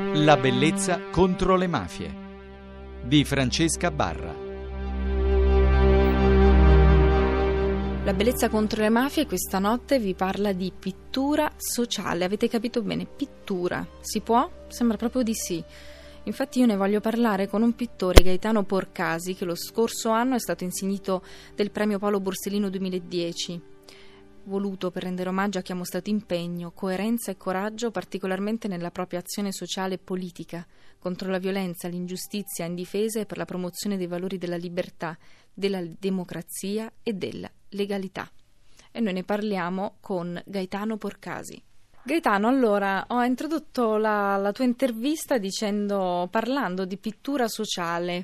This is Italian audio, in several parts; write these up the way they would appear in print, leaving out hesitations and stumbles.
La bellezza contro le mafie di Francesca Barra. La bellezza contro le mafie questa notte vi parla di pittura sociale. Avete capito bene, pittura. Si può? Sembra proprio di sì. Infatti io ne voglio parlare con un pittore, Gaetano Porcasi, che lo scorso anno è stato insignito del premio Paolo Borsellino 2010. Voluto per rendere omaggio a chi ha mostrato impegno, coerenza e coraggio, particolarmente nella propria azione sociale e politica, contro la violenza, l'ingiustizia, in difesa e per la promozione dei valori della libertà, della democrazia e della legalità. E noi ne parliamo con Gaetano Porcasi. Gaetano, allora, ho introdotto la tua intervista parlando di pittura sociale.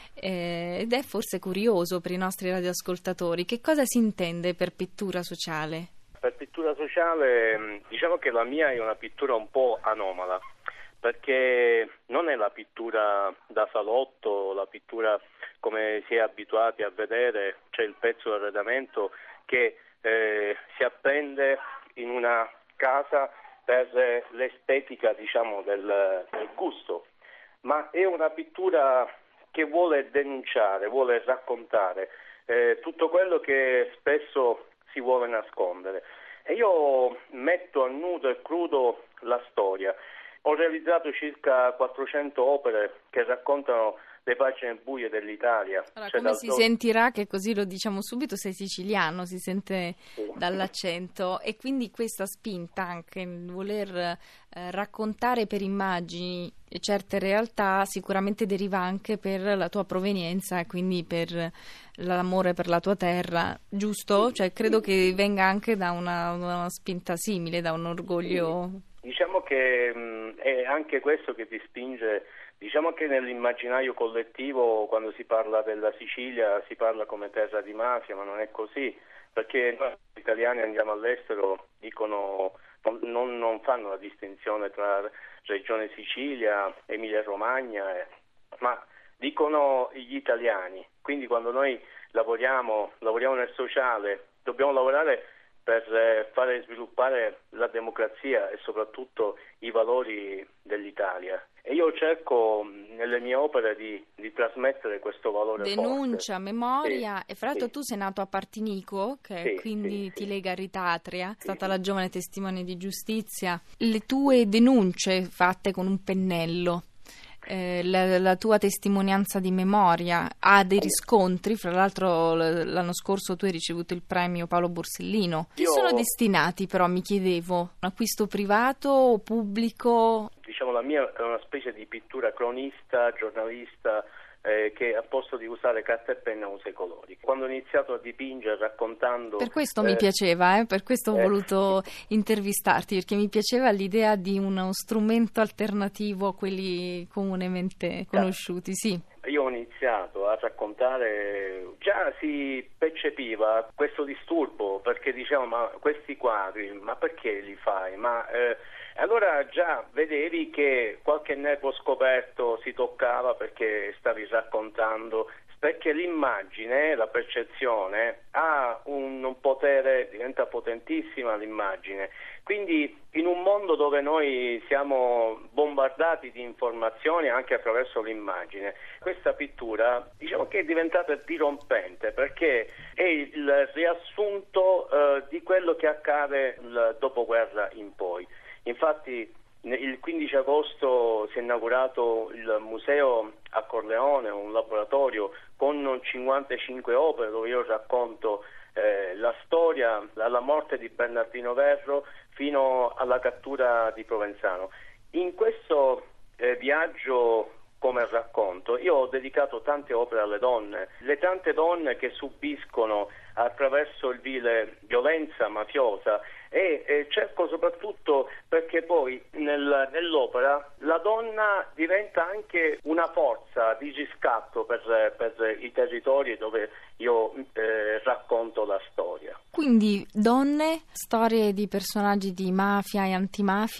Ed è forse curioso per i nostri radioascoltatori. Che cosa si intende per pittura sociale? Per pittura sociale diciamo che la mia è una pittura un po' anomala, perché non è la pittura da salotto, la pittura come si è abituati a vedere, c'è il pezzo di arredamento che si appende in una casa per l'estetica, diciamo, del gusto, ma è una pittura che vuole denunciare, vuole raccontare tutto quello che spesso si vuole nascondere. E io metto a nudo e crudo la storia. Ho realizzato circa 400 opere che raccontano le pagine buie dell'Italia. Allora, come si sentirà, che così lo diciamo subito, sei siciliano, si sente dall'accento, e quindi questa spinta anche nel voler raccontare per immagini certe realtà sicuramente deriva anche per la tua provenienza e quindi per l'amore per la tua terra, giusto? Cioè credo che venga anche da una spinta simile, da un orgoglio. Diciamo che è anche questo che ti spinge. Diciamo che nell'immaginario collettivo, quando si parla della Sicilia, si parla come terra di mafia, ma non è così, perché noi italiani andiamo all'estero, dicono, non fanno la distinzione tra regione Sicilia, Emilia Romagna, ma dicono gli italiani. Quindi quando noi lavoriamo nel sociale, dobbiamo lavorare per fare sviluppare la democrazia e soprattutto i valori dell'Italia. E io cerco nelle mie opere di trasmettere questo valore denuncia, forte. Memoria, Sì, e fra l'altro sì. tu sei nato a Partinico, che quindi ti lega a Ritatria, è stata la giovane testimone di giustizia. Le tue denunce fatte con un pennello, la tua testimonianza di memoria ha dei riscontri. Fra l'altro l'anno scorso tu hai ricevuto il premio Paolo Borsellino. Chi sono destinati, però, mi chiedevo? Un acquisto privato o pubblico? Diciamo, la mia è una specie di pittura cronista, giornalista, che a posto di usare carta e penna usa i colori. Quando ho iniziato a dipingere raccontando... Per questo mi piaceva, per questo ho voluto intervistarti, perché mi piaceva l'idea di uno strumento alternativo a quelli comunemente conosciuti, sì. Io ho iniziato a raccontare, già si percepiva questo disturbo, perché diciamo, ma questi quadri, ma perché li fai? Allora già vedevi che qualche nervo scoperto si toccava perché stavi raccontando, perché l'immagine, la percezione ha un potere, diventa potentissima l'immagine. Quindi in un mondo dove noi siamo bombardati di informazioni anche attraverso l'immagine, questa pittura diciamo che è diventata dirompente, perché è il riassunto di quello che accade dal dopoguerra in poi. Infatti il 15 agosto si è inaugurato il museo a Corleone, un laboratorio con 55 opere dove io racconto la storia dalla morte di Bernardino Verro fino alla cattura di Provenzano. In questo viaggio come racconto io ho dedicato tante opere alle donne, le tante donne che subiscono attraverso il vile violenza mafiosa, e cerco soprattutto perché poi nell'opera la donna diventa anche una forza di riscatto per i territori dove io racconto la storia. Quindi donne, storie di personaggi di mafia e antimafia,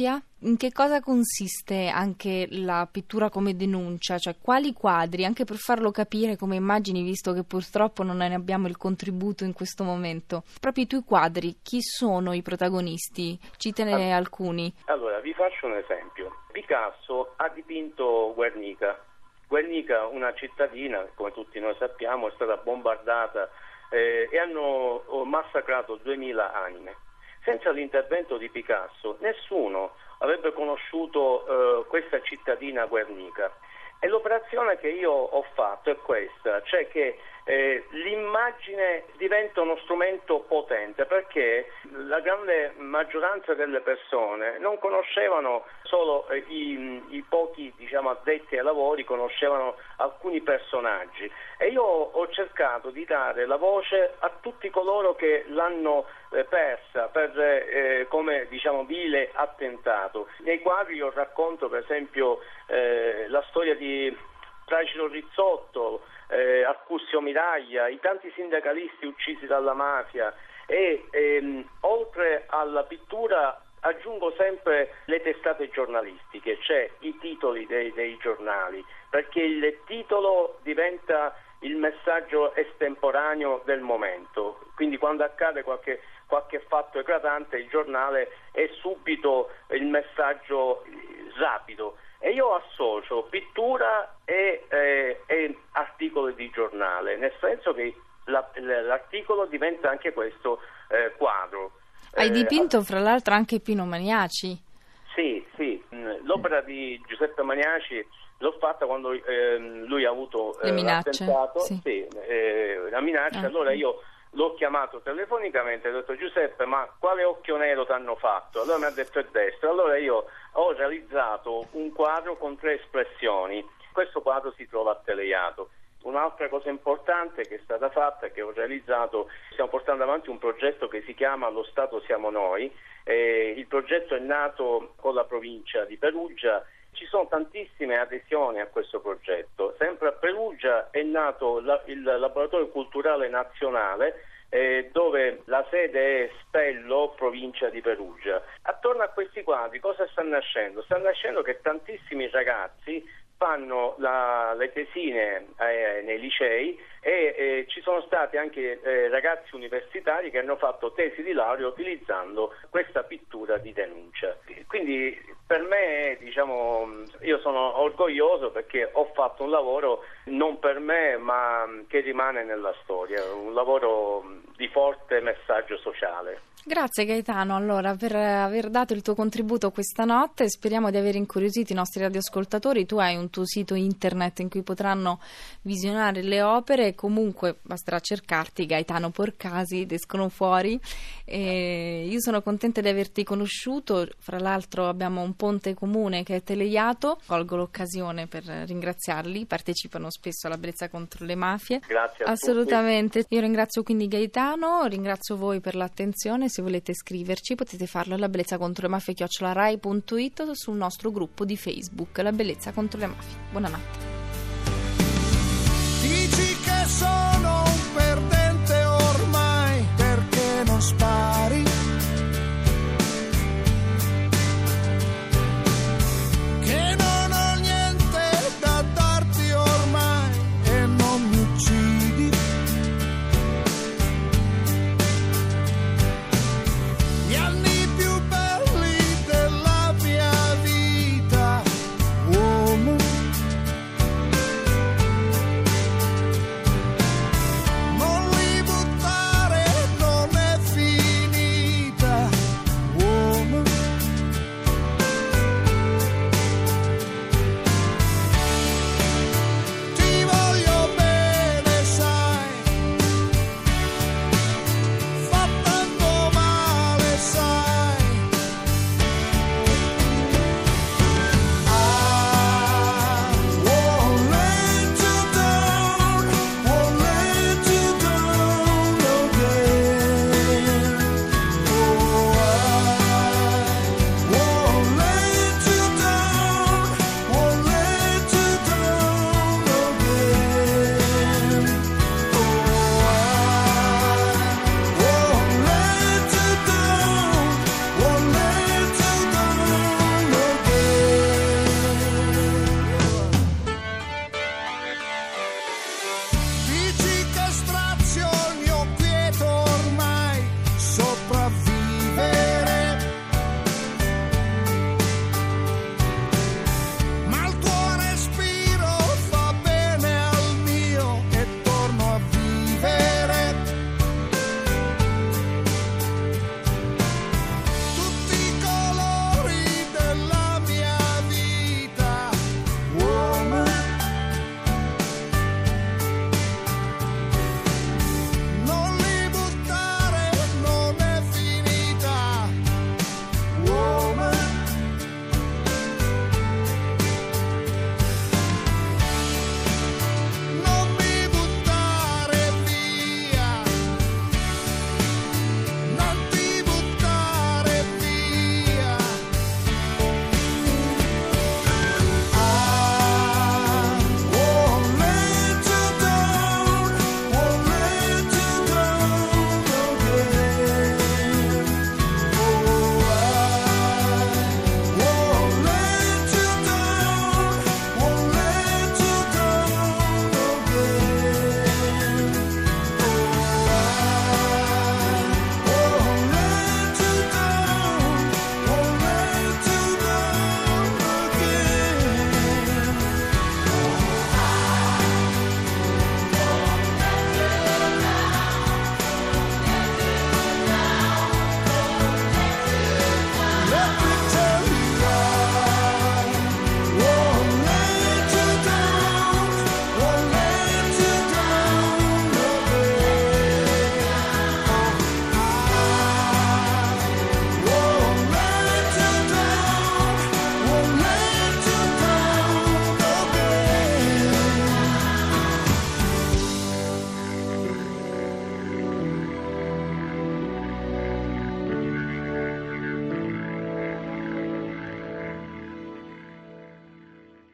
in che cosa consiste anche la pittura come denuncia? Cioè, quali quadri, anche per farlo capire come immagini, visto che purtroppo non ne abbiamo il contributo in questo momento. Proprio i tuoi quadri, chi sono i protagonisti? Citane alcuni. Allora, vi faccio un esempio. Picasso ha dipinto Guernica. Guernica, una cittadina, come tutti noi sappiamo, è stata bombardata e hanno massacrato 2000 anime. Senza l'intervento di Picasso nessuno avrebbe conosciuto questa cittadina Guernica. E l'operazione che io ho fatto è questa, cioè che l'immagine diventa uno strumento potente, perché la grande maggioranza delle persone non conoscevano solo i pochi, addetti ai lavori, conoscevano alcuni personaggi, e io ho cercato di dare la voce a tutti coloro che l'hanno persa per come vile attentato. Nei quadri io racconto per esempio la storia di Tragino Rizzotto, Arcussio Miraglia, i tanti sindacalisti uccisi dalla mafia, e oltre alla pittura aggiungo sempre le testate giornalistiche, cioè i titoli dei giornali, perché il titolo diventa il messaggio estemporaneo del momento. Quindi quando accade qualche fatto eclatante, il giornale è subito il messaggio rapido. E io associo pittura e articoli di giornale, nel senso che l'articolo diventa anche questo quadro. Hai dipinto fra l'altro anche Pino Maniaci. Sì, l'opera di Giuseppe Maniaci l'ho fatta quando lui ha avuto l'attentato, la minaccia. Allora io l'ho chiamato telefonicamente e ho detto: Giuseppe, ma quale occhio nero ti hanno fatto? Allora mi ha detto: è destro. Allora io ho realizzato un quadro con 3 espressioni. Questo quadro si trova a Teleiato. Un'altra cosa importante che è stata fatta, che ho realizzato, stiamo portando avanti un progetto che si chiama Lo Stato siamo noi. Il progetto è nato con la provincia di Perugia. Ci sono tantissime adesioni a questo progetto. Sempre a Perugia è nato il Laboratorio Culturale Nazionale, dove la sede è Spello, provincia di Perugia. Attorno a questi quadri cosa sta nascendo? Sta nascendo che tantissimi ragazzi fanno le tesine nei licei e ci sono stati anche ragazzi universitari che hanno fatto tesi di laurea utilizzando questa pittura di denuncia. Quindi per me, io sono orgoglioso perché ho fatto un lavoro non per me, ma che rimane nella storia, un lavoro di forte messaggio sociale. Grazie Gaetano, allora, per aver dato il tuo contributo questa notte. Speriamo di aver incuriosito i nostri radioascoltatori. Tu hai un tuo sito internet in cui potranno visionare le opere, comunque basterà cercarti Gaetano Porcasi ed escono fuori. Io sono contenta di averti conosciuto, fra l'altro abbiamo un ponte comune che è Teleiato. Colgo l'occasione per ringraziarli, partecipano spesso alla Bellezza contro le mafie. Grazie a assolutamente tutti. Io ringrazio quindi Gaetano, ringrazio voi per l'attenzione. Se volete scriverci potete farlo alla bellezzacontrolemafie@rai.it o sul nostro gruppo di Facebook La Bellezza contro le Mafie. Buonanotte. Dici che sono un perdente ormai perché non sparo